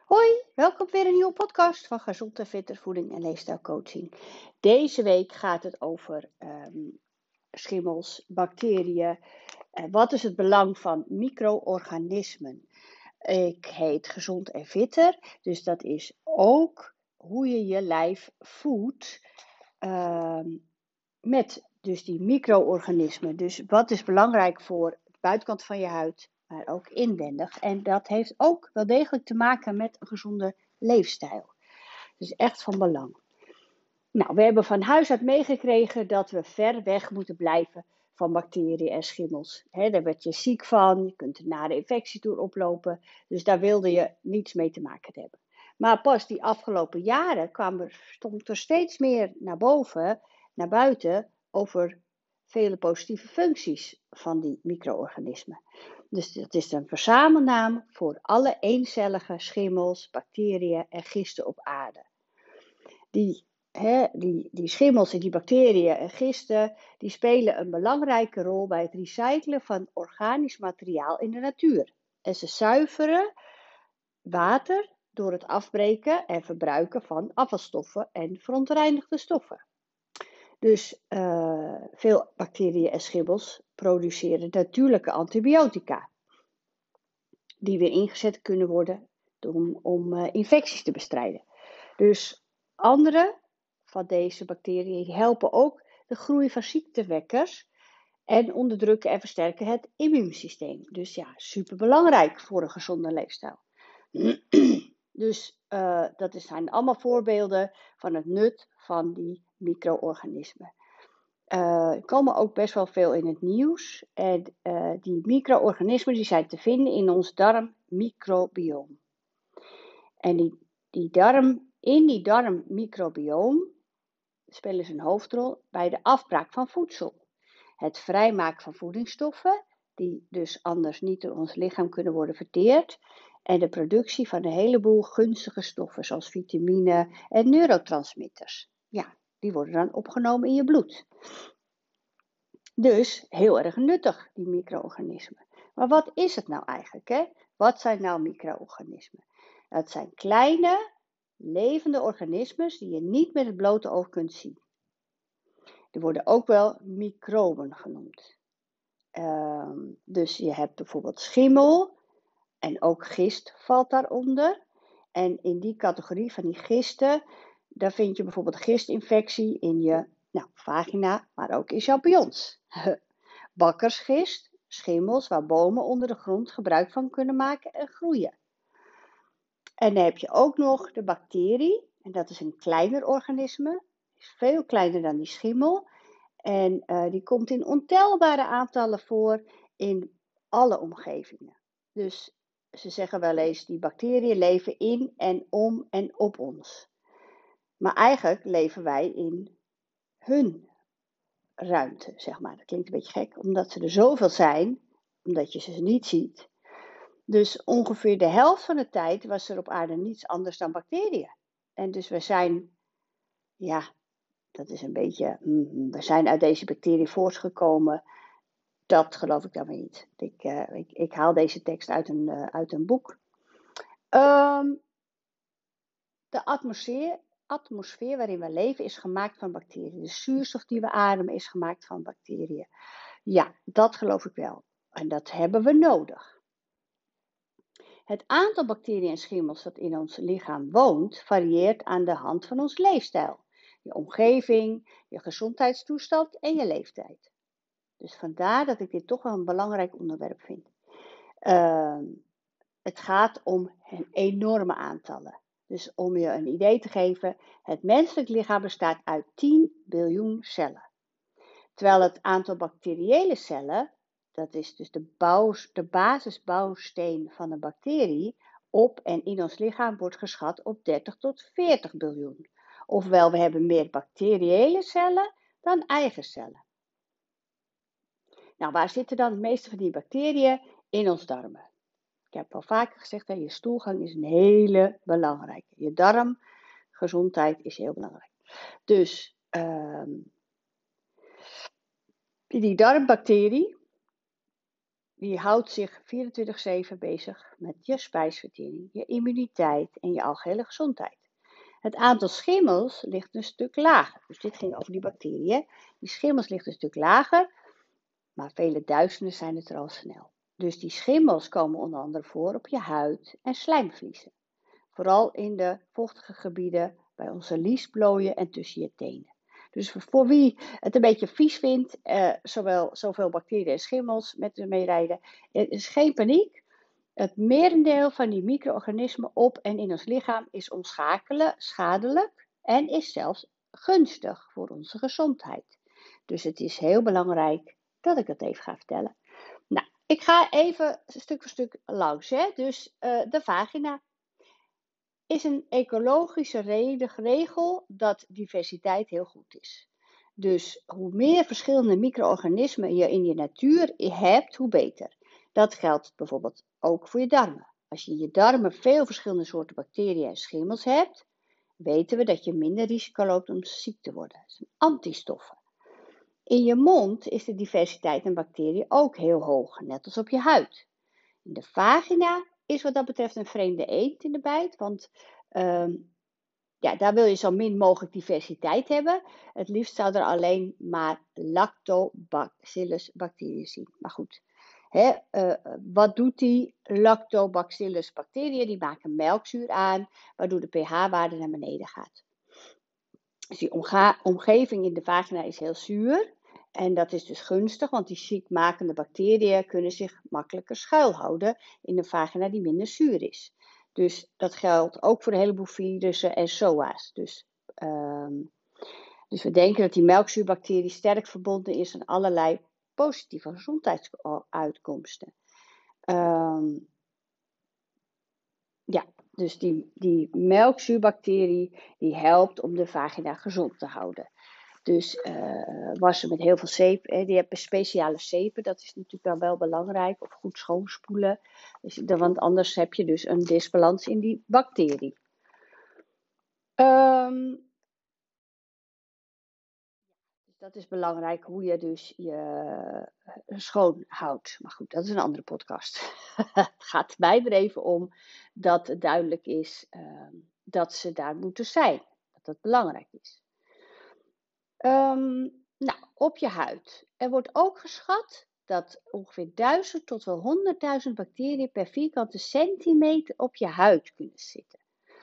Hoi, welkom weer een nieuwe podcast van Gezond en Fitter Voeding en Leefstijlcoaching. Deze week gaat het over schimmels, bacteriën. Wat is het belang van micro-organismen? Ik heet Gezond en Fitter, dus dat is ook hoe je je lijf voedt met dus die micro-organismen. Dus wat is belangrijk voor de buitenkant van je huid, maar ook inwendig. En dat heeft ook wel degelijk te maken met een gezonde leefstijl. Dus echt van belang. Nou, we hebben van huis uit meegekregen dat we ver weg moeten blijven van bacteriën en schimmels. Daar werd je ziek van, je kunt er nare infecties door oplopen. Dus daar wilde je niets mee te maken hebben. Maar pas die afgelopen jaren stond er steeds meer naar buiten, over vele positieve functies van die micro-organismen. Dus het is een verzamelnaam voor alle eencellige schimmels, bacteriën en gisten op aarde. Die schimmels en die bacteriën en gisten, die spelen een belangrijke rol bij het recyclen van organisch materiaal in de natuur. En ze zuiveren water door het afbreken en verbruiken van afvalstoffen en verontreinigde stoffen. Dus veel bacteriën en schimmels produceren natuurlijke antibiotica, die weer ingezet kunnen worden om infecties te bestrijden. Dus andere van deze bacteriën helpen ook de groei van ziektewekkers en onderdrukken en versterken het immuunsysteem. Dus ja, superbelangrijk voor een gezonde leefstijl. Dus dat zijn allemaal voorbeelden van het nut van die micro-organismen. Komen ook best wel veel in het nieuws. En die micro-organismen die zijn te vinden in ons darmmicrobioom. En in die darmmicrobioom spelen ze een hoofdrol bij de afbraak van voedsel. Het vrijmaken van voedingsstoffen, die dus anders niet door ons lichaam kunnen worden verteerd. En de productie van een heleboel gunstige stoffen, zoals vitamine en neurotransmitters. Ja, die worden dan opgenomen in je bloed. Dus heel erg nuttig, die micro-organismen. Maar wat is het nou eigenlijk? Hè? Wat zijn nou micro-organismen? Het zijn kleine, levende organismen die je niet met het blote oog kunt zien. Die worden ook wel microben genoemd. Dus je hebt bijvoorbeeld schimmel en ook gist valt daaronder. En in die categorie van die gisten, daar vind je bijvoorbeeld gistinfectie in je vagina, maar ook in champignons. Bakkersgist, schimmels waar bomen onder de grond gebruik van kunnen maken en groeien. En dan heb je ook nog de bacterie, en dat is een kleiner organisme, is veel kleiner dan die schimmel. En die komt in ontelbare aantallen voor in alle omgevingen. Dus ze zeggen wel eens, die bacteriën leven in en om en op ons. Maar eigenlijk leven wij in hun ruimte, zeg maar. Dat klinkt een beetje gek, omdat ze er zoveel zijn, omdat je ze niet ziet. Dus ongeveer de helft van de tijd was er op aarde niets anders dan bacteriën. En dus we zijn, dat is een beetje, we zijn uit deze bacteriën voortgekomen. Dat geloof ik dan weer niet. Ik haal deze tekst uit een boek. De atmosfeer waarin we leven is gemaakt van bacteriën. De zuurstof die we ademen is gemaakt van bacteriën. Ja, dat geloof ik wel. En dat hebben we nodig. Het aantal bacteriën en schimmels dat in ons lichaam woont, varieert aan de hand van ons leefstijl. Je omgeving, je gezondheidstoestand en je leeftijd. Dus vandaar dat ik dit toch wel een belangrijk onderwerp vind. Het gaat om enorme aantallen. Dus om je een idee te geven, het menselijk lichaam bestaat uit 10 biljoen cellen. Terwijl het aantal bacteriële cellen, dat is dus de basisbouwsteen van een bacterie, op en in ons lichaam wordt geschat op 30 tot 40 biljoen. Ofwel, we hebben meer bacteriële cellen dan eigen cellen. Nou, waar zitten dan de meeste van die bacteriën? In ons darmen. Ik heb al vaker gezegd, je stoelgang is een hele belangrijke. Je darmgezondheid is heel belangrijk. Dus die darmbacterie, die houdt zich 24/7 bezig met je spijsvertering, je immuniteit en je algehele gezondheid. Het aantal schimmels ligt een stuk lager. Dus dit ging over die bacteriën. Die schimmels ligt een stuk lager, maar vele duizenden zijn het er al snel. Dus die schimmels komen onder andere voor op je huid en slijmvliezen. Vooral in de vochtige gebieden, bij onze liesplooien en tussen je tenen. Dus voor wie het een beetje vies vindt, zoveel bacteriën en schimmels met de meerijden, is geen paniek. Het merendeel van die micro-organismen op en in ons lichaam is onschadelijk en is zelfs gunstig voor onze gezondheid. Dus het is heel belangrijk dat ik dat even ga vertellen. Nou, ik ga even stuk voor stuk langs. Dus de vagina is een ecologische regel dat diversiteit heel goed is. Dus hoe meer verschillende micro-organismen je in je natuur hebt, hoe beter. Dat geldt bijvoorbeeld ook voor je darmen. Als je in je darmen veel verschillende soorten bacteriën en schimmels hebt, weten we dat je minder risico loopt om ziek te worden. Dat zijn antistoffen. In je mond is de diversiteit aan bacteriën ook heel hoog, net als op je huid. In de vagina is wat dat betreft een vreemde eend in de bijt, want daar wil je zo min mogelijk diversiteit hebben. Het liefst zou er alleen maar lactobacillus bacteriën zien. Maar goed, wat doet die lactobacillus bacteriën? Die maken melkzuur aan, waardoor de pH-waarde naar beneden gaat. Dus die omgeving in de vagina is heel zuur. En dat is dus gunstig, want die ziekmakende bacteriën kunnen zich makkelijker schuilhouden in een vagina die minder zuur is. Dus dat geldt ook voor een heleboel virussen en SOA's. Dus we denken dat die melkzuurbacterie sterk verbonden is aan allerlei positieve gezondheidsuitkomsten. Dus die melkzuurbacterie die helpt om de vagina gezond te houden. Dus wassen met heel veel zeep. Die hebben speciale zeepen. Dat is natuurlijk wel belangrijk. Of goed schoonspoelen. Want anders heb je dus een disbalans in die bacterie. Dus dat is belangrijk. Hoe je dus je schoon houdt. Maar goed, dat is een andere podcast. Het gaat mij er even om dat het duidelijk is dat ze daar moeten zijn. Dat dat belangrijk is. Op je huid. Er wordt ook geschat dat ongeveer 1000 tot wel 100.000 bacteriën per vierkante centimeter op je huid kunnen zitten.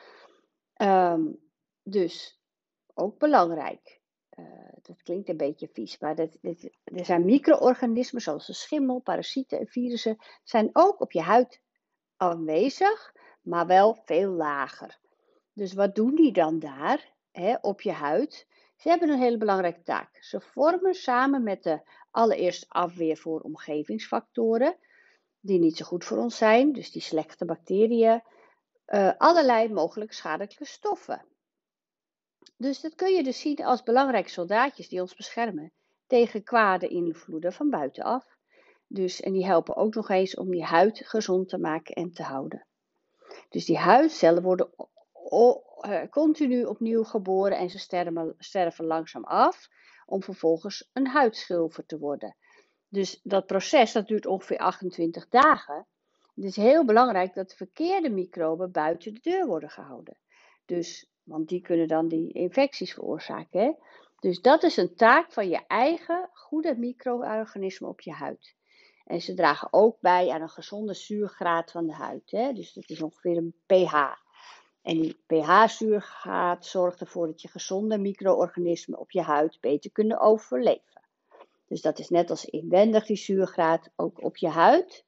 Dus ook belangrijk. Dat klinkt een beetje vies, maar er zijn micro-organismen zoals de schimmel, parasieten en virussen zijn ook op je huid aanwezig, maar wel veel lager. Dus wat doen die dan daar op je huid? Ze hebben een hele belangrijke taak. Ze vormen samen met de allereerst afweer voor omgevingsfactoren, die niet zo goed voor ons zijn, dus die slechte bacteriën, allerlei mogelijk schadelijke stoffen. Dus dat kun je dus zien als belangrijke soldaatjes die ons beschermen tegen kwade invloeden van buitenaf. En die helpen ook nog eens om die huid gezond te maken en te houden. Dus die huidcellen worden continu opnieuw geboren en ze sterven langzaam af om vervolgens een huidschilfer te worden. Dus dat proces dat duurt ongeveer 28 dagen. Het is heel belangrijk dat de verkeerde microben buiten de deur worden gehouden. Want die kunnen dan die infecties veroorzaken. Dus dat is een taak van je eigen goede micro-organismen op je huid. En ze dragen ook bij aan een gezonde zuurgraad van de huid. Dus dat is ongeveer een pH. En die pH-zuurgraad zorgt ervoor dat je gezonde micro-organismen op je huid beter kunnen overleven. Dus dat is net als inwendig die zuurgraad ook op je huid.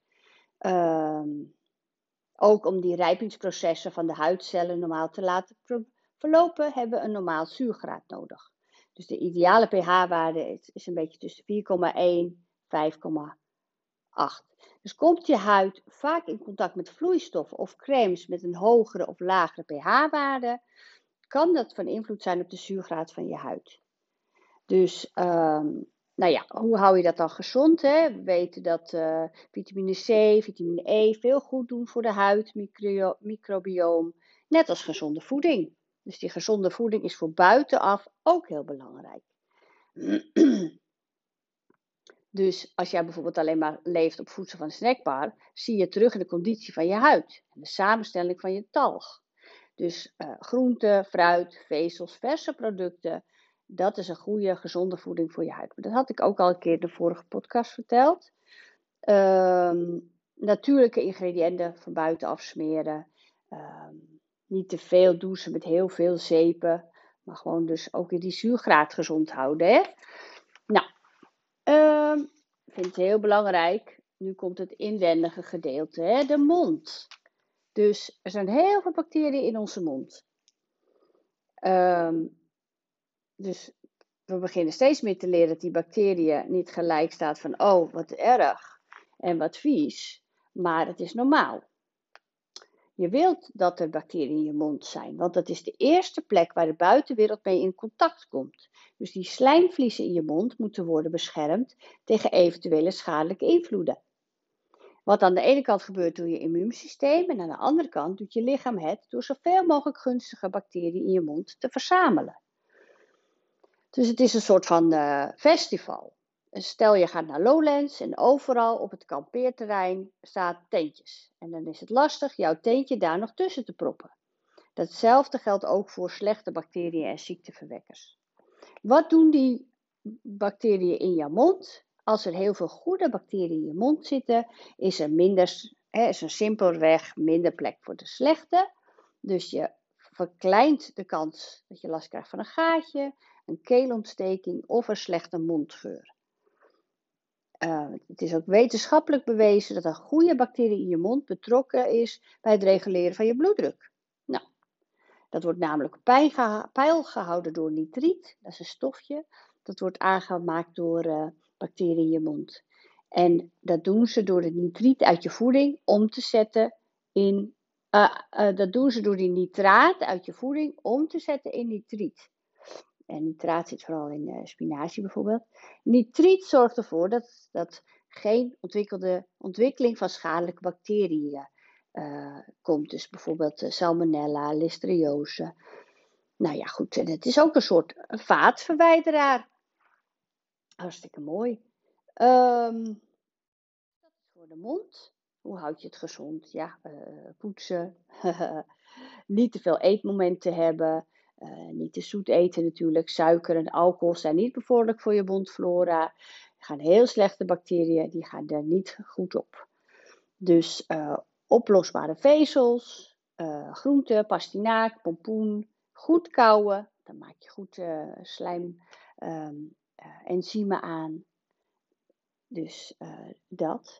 Ook om die rijpingsprocessen van de huidcellen normaal te laten verlopen, hebben we een normaal zuurgraad nodig. Dus de ideale pH-waarde is een beetje tussen 4,1 en 5,8. Dus komt je huid vaak in contact met vloeistoffen of crèmes met een hogere of lagere pH-waarde, kan dat van invloed zijn op de zuurgraad van je huid. Dus hoe hou je dat dan gezond? We weten dat vitamine C, vitamine E veel goed doen voor de huid, microbioom, net als gezonde voeding. Dus die gezonde voeding is voor buitenaf ook heel belangrijk. Dus als jij bijvoorbeeld alleen maar leeft op voedsel van een snackbar, zie je terug in de conditie van je huid en de samenstelling van je talg. Dus groente, fruit, vezels, verse producten, dat is een goede, gezonde voeding voor je huid. Dat had ik ook al een keer in de vorige podcast verteld. Natuurlijke ingrediënten van buiten afsmeren. Niet te veel douchen met heel veel zeepen. Maar gewoon dus ook weer die zuurgraad gezond houden. Hè? Nou, ik vind het heel belangrijk. Nu komt het inwendige gedeelte. Hè? De mond. Dus er zijn heel veel bacteriën in onze mond. Dus we beginnen steeds meer te leren dat die bacteriën niet gelijk staat van oh, wat erg en wat vies. Maar het is normaal. Je wilt dat er bacteriën in je mond zijn, want dat is de eerste plek waar de buitenwereld mee in contact komt. Dus die slijmvliezen in je mond moeten worden beschermd tegen eventuele schadelijke invloeden. Wat aan de ene kant gebeurt door je immuunsysteem en aan de andere kant doet je lichaam het door zoveel mogelijk gunstige bacteriën in je mond te verzamelen. Dus het is een soort van festival. Stel je gaat naar Lowlands en overal op het kampeerterrein staan tentjes. En dan is het lastig jouw tentje daar nog tussen te proppen. Datzelfde geldt ook voor slechte bacteriën en ziekteverwekkers. Wat doen die bacteriën in jouw mond? Als er heel veel goede bacteriën in je mond zitten, is er simpelweg minder plek voor de slechte. Dus je verkleint de kans dat je last krijgt van een gaatje, een keelontsteking of een slechte mondgeur. Het is ook wetenschappelijk bewezen dat een goede bacterie in je mond betrokken is bij het reguleren van je bloeddruk. Nou, dat wordt namelijk peil gehouden door nitriet, dat is een stofje. Dat wordt aangemaakt door bacteriën in je mond. En dat doen ze door het nitriet uit je voeding om te zetten in. Dat doen ze door die nitraat uit je voeding om te zetten in nitriet. En nitraat zit vooral in spinazie bijvoorbeeld. Nitriet zorgt ervoor dat geen ontwikkeling van schadelijke bacteriën komt. Dus bijvoorbeeld salmonella, listerioze. Nou ja, goed. En het is ook een soort vaatverwijderaar. Hartstikke mooi. Dat is voor de mond. Hoe houd je het gezond? Ja, poetsen. Niet te veel eetmomenten hebben. Niet te zoet eten natuurlijk. Suiker en alcohol zijn niet bevorderlijk voor je mondflora. Er gaan heel slechte bacteriën, die gaan daar niet goed op. Dus oplosbare vezels, groenten, pastinaak, pompoen, goed kauwen. Dan maak je goed enzymen aan. Dus dat.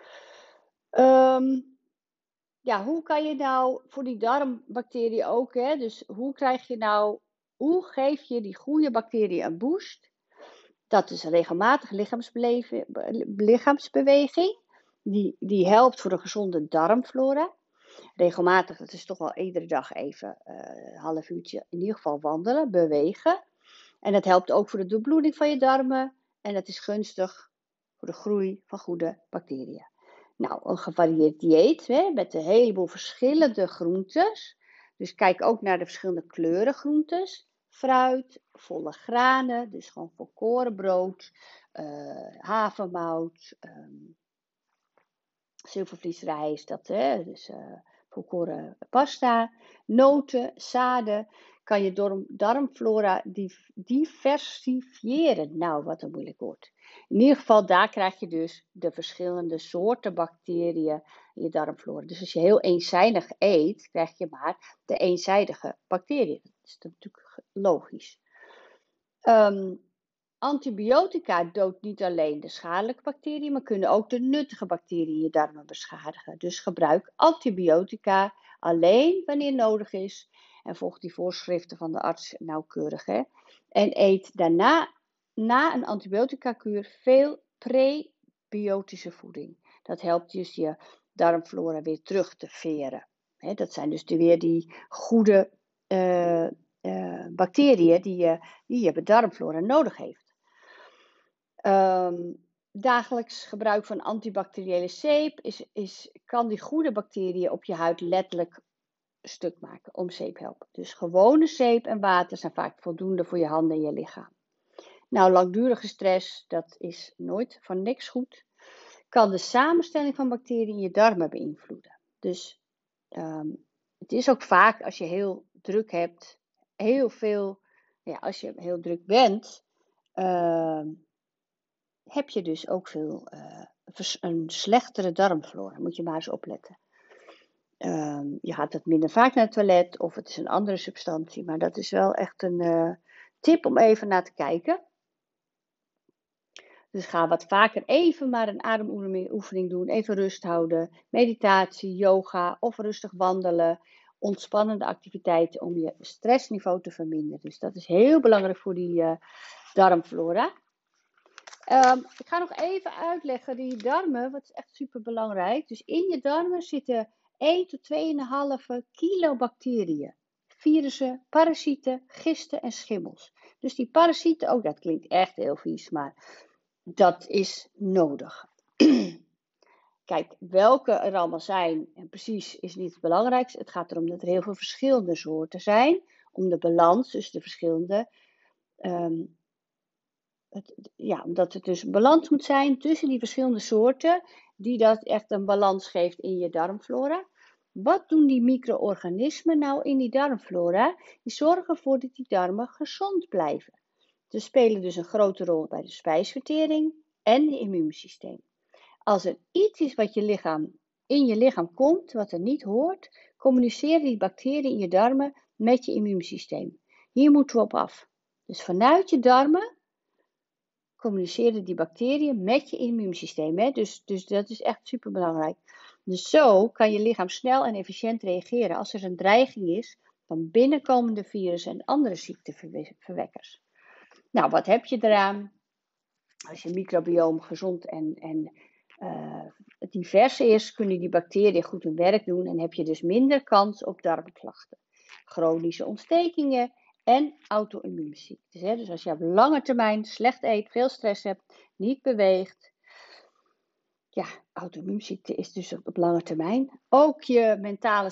Ja, hoe kan je nou voor die darmbacteriën ook, hè? Dus hoe geef je die goede bacteriën een boost? Dat is een regelmatige lichaamsbeweging. Die helpt voor een gezonde darmflora. Regelmatig, dat is toch wel iedere dag even een half uurtje in ieder geval wandelen, bewegen. En dat helpt ook voor de doorbloeding van je darmen. En dat is gunstig voor de groei van goede bacteriën. Nou, een gevarieerd dieet met een heleboel verschillende groentes. Dus kijk ook naar de verschillende kleuren groentes. Fruit, volle granen, dus gewoon volkorenbrood, havermout, zilvervliesrijst, dus volkoren pasta, noten, zaden. Kan je darmflora diversifiëren. Nou, wat een moeilijk woord. In ieder geval, daar krijg je dus de verschillende soorten bacteriën in je darmflora. Dus als je heel eenzijdig eet, krijg je maar de eenzijdige bacteriën. Dat is natuurlijk logisch. Antibiotica doodt niet alleen de schadelijke bacteriën, maar kunnen ook de nuttige bacteriën in je darmen beschadigen. Dus gebruik antibiotica alleen wanneer nodig is en volg die voorschriften van de arts nauwkeurig. Hè? En eet daarna, na een antibiotica-kuur, veel prebiotische voeding. Dat helpt dus je darmflora weer terug te veren. Hè? Dat zijn dus weer die goede bacteriën die je darmflora nodig heeft. Dagelijks gebruik van antibacteriële zeep kan die goede bacteriën op je huid letterlijk stuk maken, om zeep helpen. Dus gewone zeep en water zijn vaak voldoende voor je handen en je lichaam. Nou, langdurige stress, dat is nooit voor niks goed. Kan de samenstelling van bacteriën in je darmen beïnvloeden. Dus het is ook vaak als je heel druk hebt, als je heel druk bent, heb je dus ook een slechtere darmflora. Moet je maar eens opletten. Je gaat wat minder vaak naar het toilet of het is een andere substantie. Maar dat is wel echt een tip om even naar te kijken. Dus ga wat vaker even maar een ademoefening doen. Even rust houden. Meditatie, yoga of rustig wandelen. Ontspannende activiteiten om je stressniveau te verminderen. Dus dat is heel belangrijk voor die darmflora. Ik ga nog even uitleggen, die darmen, wat is echt super belangrijk. Dus in je darmen zitten 1 tot 2,5 kilo bacteriën. Virussen, parasieten, gisten en schimmels. Dus die parasieten, ook dat klinkt echt heel vies, maar dat is nodig. Kijk, welke er allemaal zijn, en precies is niet het belangrijkste. Het gaat erom dat er heel veel verschillende soorten zijn. Om de balans, dus de verschillende... omdat het dus een balans moet zijn tussen die verschillende soorten, die dat echt een balans geeft in je darmflora. Wat doen die micro-organismen nou in die darmflora? Die zorgen ervoor dat die darmen gezond blijven. Ze spelen dus een grote rol bij de spijsvertering en je immuunsysteem. Als er iets is wat in je lichaam komt, wat er niet hoort, communiceren die bacteriën in je darmen met je immuunsysteem. Hier moeten we op af. Dus vanuit je darmen communiceren die bacteriën met je immuunsysteem. Hè? Dus dat is echt super belangrijk. Dus zo kan je lichaam snel en efficiënt reageren als er een dreiging is van binnenkomende virussen en andere ziekteverwekkers. Nou, wat heb je eraan? Als je microbioom gezond en divers is, kunnen die bacteriën goed hun werk doen en heb je dus minder kans op darmklachten, chronische ontstekingen en auto-immuunziektes. Dus als je op lange termijn slecht eet, veel stress hebt, niet beweegt, ja, auto-immuunziekte is dus op lange termijn. Ook je mentale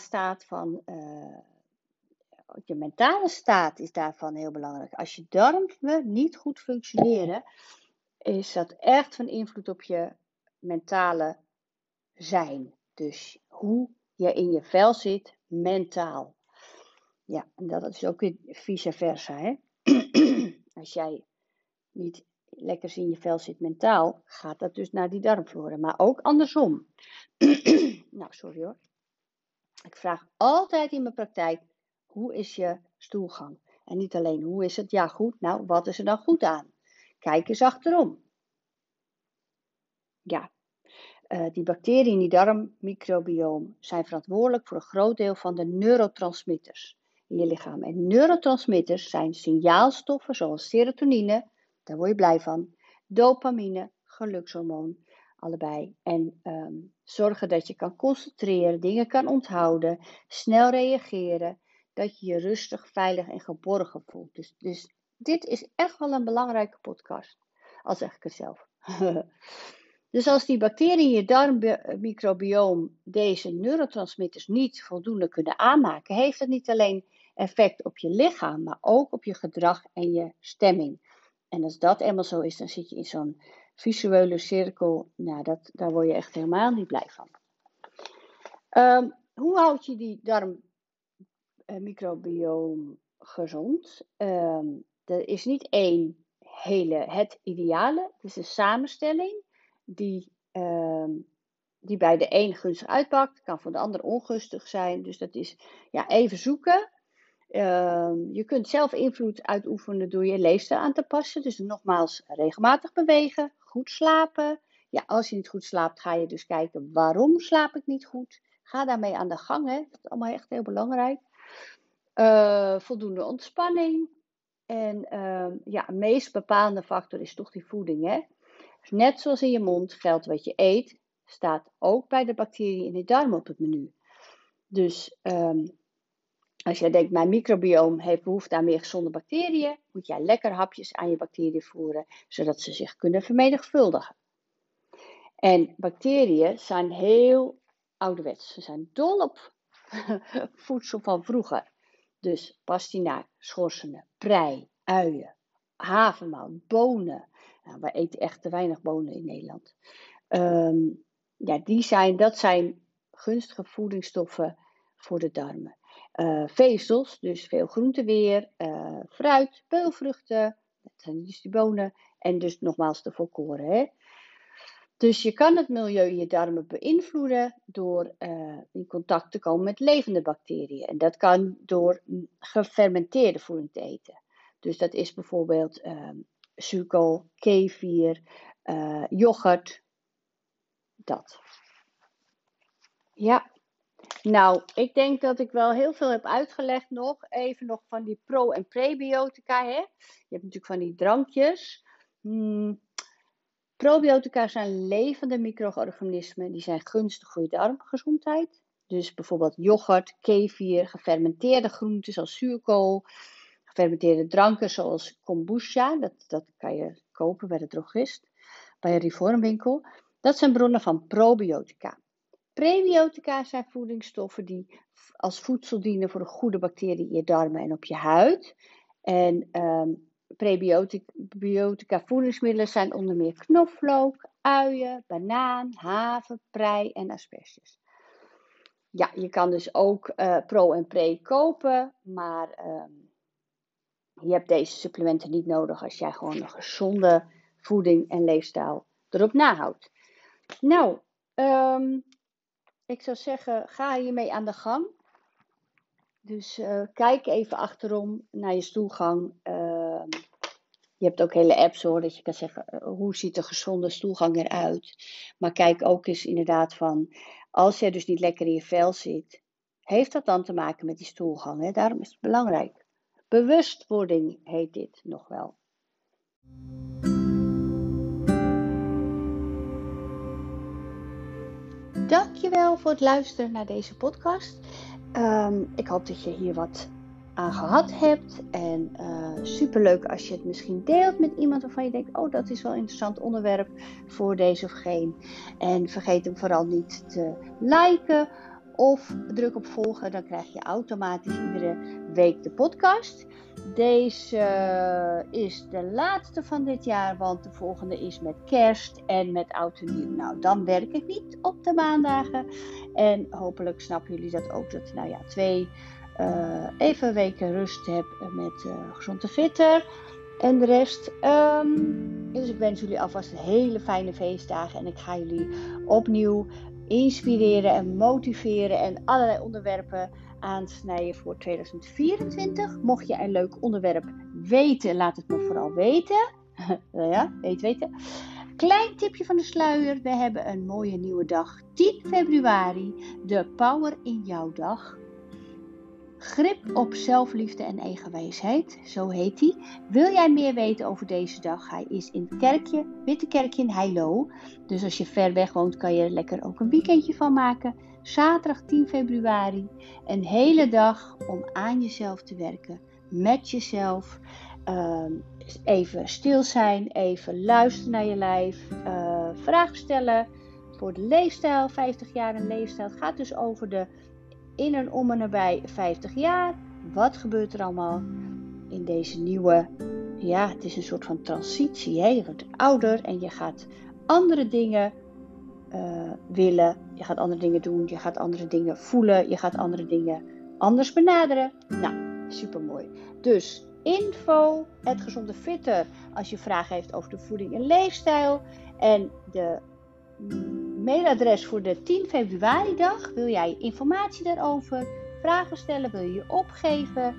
staat is daarvan heel belangrijk. Als je darmen niet goed functioneren, is dat echt van invloed op je mentale zijn. Dus hoe je in je vel zit, mentaal. Ja, en dat is ook weer vice versa. Hè? Als jij niet lekker in je vel zit mentaal, gaat dat dus naar die darmflora. Maar ook andersom. Nou, sorry hoor. Ik vraag altijd in mijn praktijk, hoe is je stoelgang? En niet alleen, hoe is het? Ja, goed. Nou, wat is er dan goed aan? Kijk eens achterom. Ja, die bacteriën in die darmmicrobioom zijn verantwoordelijk voor een groot deel van de neurotransmitters in je lichaam. En neurotransmitters zijn signaalstoffen zoals serotonine, daar word je blij van, dopamine, gelukshormoon, allebei. En zorgen dat je kan concentreren, dingen kan onthouden, snel reageren, dat je je rustig, veilig en geborgen voelt. Dus dit is echt wel een belangrijke podcast, al zeg ik het zelf. Dus als die bacteriën in je darmmicrobioom deze neurotransmitters niet voldoende kunnen aanmaken, heeft dat niet alleen effect op je lichaam, maar ook op je gedrag en je stemming. En als dat eenmaal zo is, dan zit je in zo'n visuele cirkel. Nou, daar word je echt helemaal niet blij van. Hoe houd je die darmmicrobioom gezond? Er is niet één het ideale. Het is een samenstelling die bij de een gunstig uitpakt, kan voor de ander ongunstig zijn. Dus dat is even zoeken. Je kunt zelf invloed uitoefenen door je leefstijl aan te passen. Dus nogmaals, regelmatig bewegen, goed slapen. Ja, als je niet goed slaapt, ga je dus kijken waarom slaap ik niet goed. Ga daarmee aan de gang. Hè? Dat is allemaal echt heel belangrijk. Voldoende ontspanning. En een meest bepalende factor is toch die voeding. Hè? Dus net zoals in je mond geldt wat je eet, staat ook bij de bacteriën in de darmen op het menu. Dus als jij denkt, mijn microbioom heeft behoefte aan meer gezonde bacteriën, moet jij lekker hapjes aan je bacteriën voeren, zodat ze zich kunnen vermenigvuldigen. En bacteriën zijn heel ouderwets. Ze zijn dol op voedsel van vroeger. Dus pastinaak, schorsenen, prei, uien, havermout, bonen. Nou, wij eten echt te weinig bonen in Nederland. Dat zijn gunstige voedingsstoffen voor de darmen. Vezels, dus veel groente weer, fruit, peulvruchten, dat zijn dus die bonen, en dus nogmaals de volkoren. Hè? Dus je kan het milieu in je darmen beïnvloeden door in contact te komen met levende bacteriën. En dat kan door gefermenteerde voeding te eten. Dus dat is bijvoorbeeld zuurkool, kefir, yoghurt, dat. Ja, nou, ik denk dat ik wel heel veel heb uitgelegd nog. Even nog van die pro- en prebiotica. Hè? Je hebt natuurlijk van die drankjes. Probiotica zijn levende micro-organismen. Die zijn gunstig voor je darmgezondheid. Dus bijvoorbeeld yoghurt, kefir, gefermenteerde groenten zoals zuurkool. Gefermenteerde dranken zoals kombucha. Dat kan je kopen bij de drogist. Bij een reformwinkel. Dat zijn bronnen van probiotica. Prebiotica zijn voedingsstoffen die als voedsel dienen voor de goede bacteriën in je darmen en op je huid. En prebiotica voedingsmiddelen zijn onder meer knoflook, uien, banaan, haver, prei en asperges. Ja, je kan dus ook pro en pre kopen, maar je hebt deze supplementen niet nodig als jij gewoon een gezonde voeding en leefstijl erop nahoudt. Nou, ik zou zeggen, ga hiermee aan de gang. Dus kijk even achterom naar je stoelgang. Je hebt ook hele apps hoor, dat je kan zeggen, hoe ziet een gezonde stoelgang eruit? Maar kijk ook eens inderdaad van, als jij dus niet lekker in je vel zit, heeft dat dan te maken met die stoelgang? Hè? Daarom is het belangrijk. Bewustwording heet dit nog wel. Dankjewel voor het luisteren naar deze podcast. Ik hoop dat je hier wat aan gehad hebt. En superleuk als je het misschien deelt met iemand waarvan je denkt, oh, dat is wel een interessant onderwerp voor deze of geen. En vergeet hem vooral niet te liken of druk op volgen. Dan krijg je automatisch iedere week de podcast. Deze is de laatste van dit jaar, want de volgende is met kerst en met oud en nieuw. Nou, dan werk ik niet op de maandagen. En hopelijk snappen jullie dat ook, dat ik 2 even weken rust heb met gezonde fitter en de rest. Dus ik wens jullie alvast een hele fijne feestdagen en ik ga jullie opnieuw inspireren en motiveren en allerlei onderwerpen aansnijden voor 2024. Mocht je een leuk onderwerp weten, laat het me vooral weten. Ja, weten. Klein tipje van de sluier. We hebben een mooie nieuwe dag. 10 februari. De Power in Jouw Dag. Grip op zelfliefde en eigenwijsheid. Zo heet die. Wil jij meer weten over deze dag? Hij is in het kerkje, Witte Kerkje in Heilo. Dus als je ver weg woont, kan je er lekker ook een weekendje van maken. Zaterdag 10 februari. Een hele dag om aan jezelf te werken. Met jezelf. Even stil zijn. Even luisteren naar je lijf. Vragen stellen. Voor de leefstijl. 50 jaar een leefstijl. Het gaat dus over de in en om en nabij 50 jaar. Wat gebeurt er allemaal in deze nieuwe... Ja, het is een soort van transitie. Hè? Je wordt ouder en je gaat andere dingen willen. Je gaat andere dingen doen. Je gaat andere dingen voelen. Je gaat andere dingen anders benaderen. Nou, supermooi. Dus info, het gezonde fitter, als je vragen heeft over de voeding en leefstijl. En de mailadres voor de 10 februari dag. Wil jij informatie daarover? Vragen stellen? Wil je je opgeven?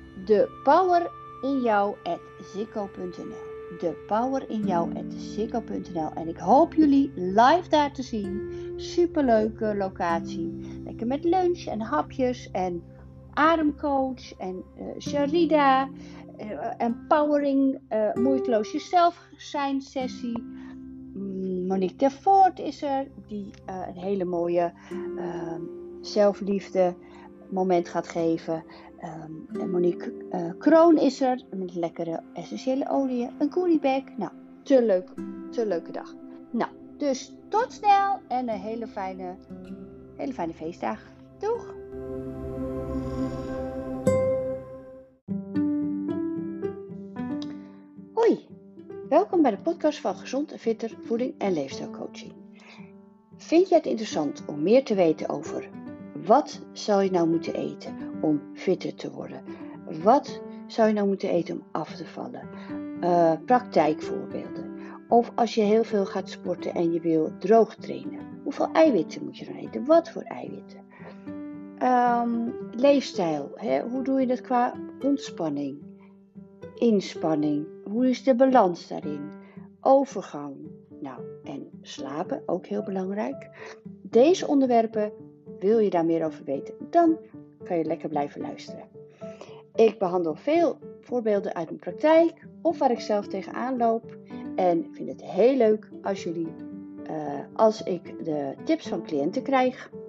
depowerinjou@ziggo.nl depowerinjou@ziggo.nl En ik hoop jullie live daar te zien. Superleuke locatie. Lekker met lunch en hapjes en ademcoach en Sharida. Empowering, moeiteloos jezelf zijn sessie. Monique Tervoort is er, die een hele mooie zelfliefde moment gaat geven. En Monique Kroon is er, met lekkere essentiële oliën, een goodiebag. Nou, te leuke dag. Nou, dus tot snel en een hele fijne feestdag. Doeg! Welkom bij de podcast van Gezond en Fitter Voeding en Leefstijlcoaching. Vind je het interessant om meer te weten over wat zou je nou moeten eten om fitter te worden? Wat zou je nou moeten eten om af te vallen? Praktijkvoorbeelden. Of als je heel veel gaat sporten en je wil droog trainen. Hoeveel eiwitten moet je dan eten? Wat voor eiwitten? Leefstijl. Hoe doe je dat qua ontspanning? Inspanning. Hoe is de balans daarin? Overgang. Nou, en slapen, ook heel belangrijk. Deze onderwerpen, wil je daar meer over weten, dan kan je lekker blijven luisteren. Ik behandel veel voorbeelden uit mijn praktijk of waar ik zelf tegenaan loop. En ik vind het heel leuk als ik de tips van cliënten krijg.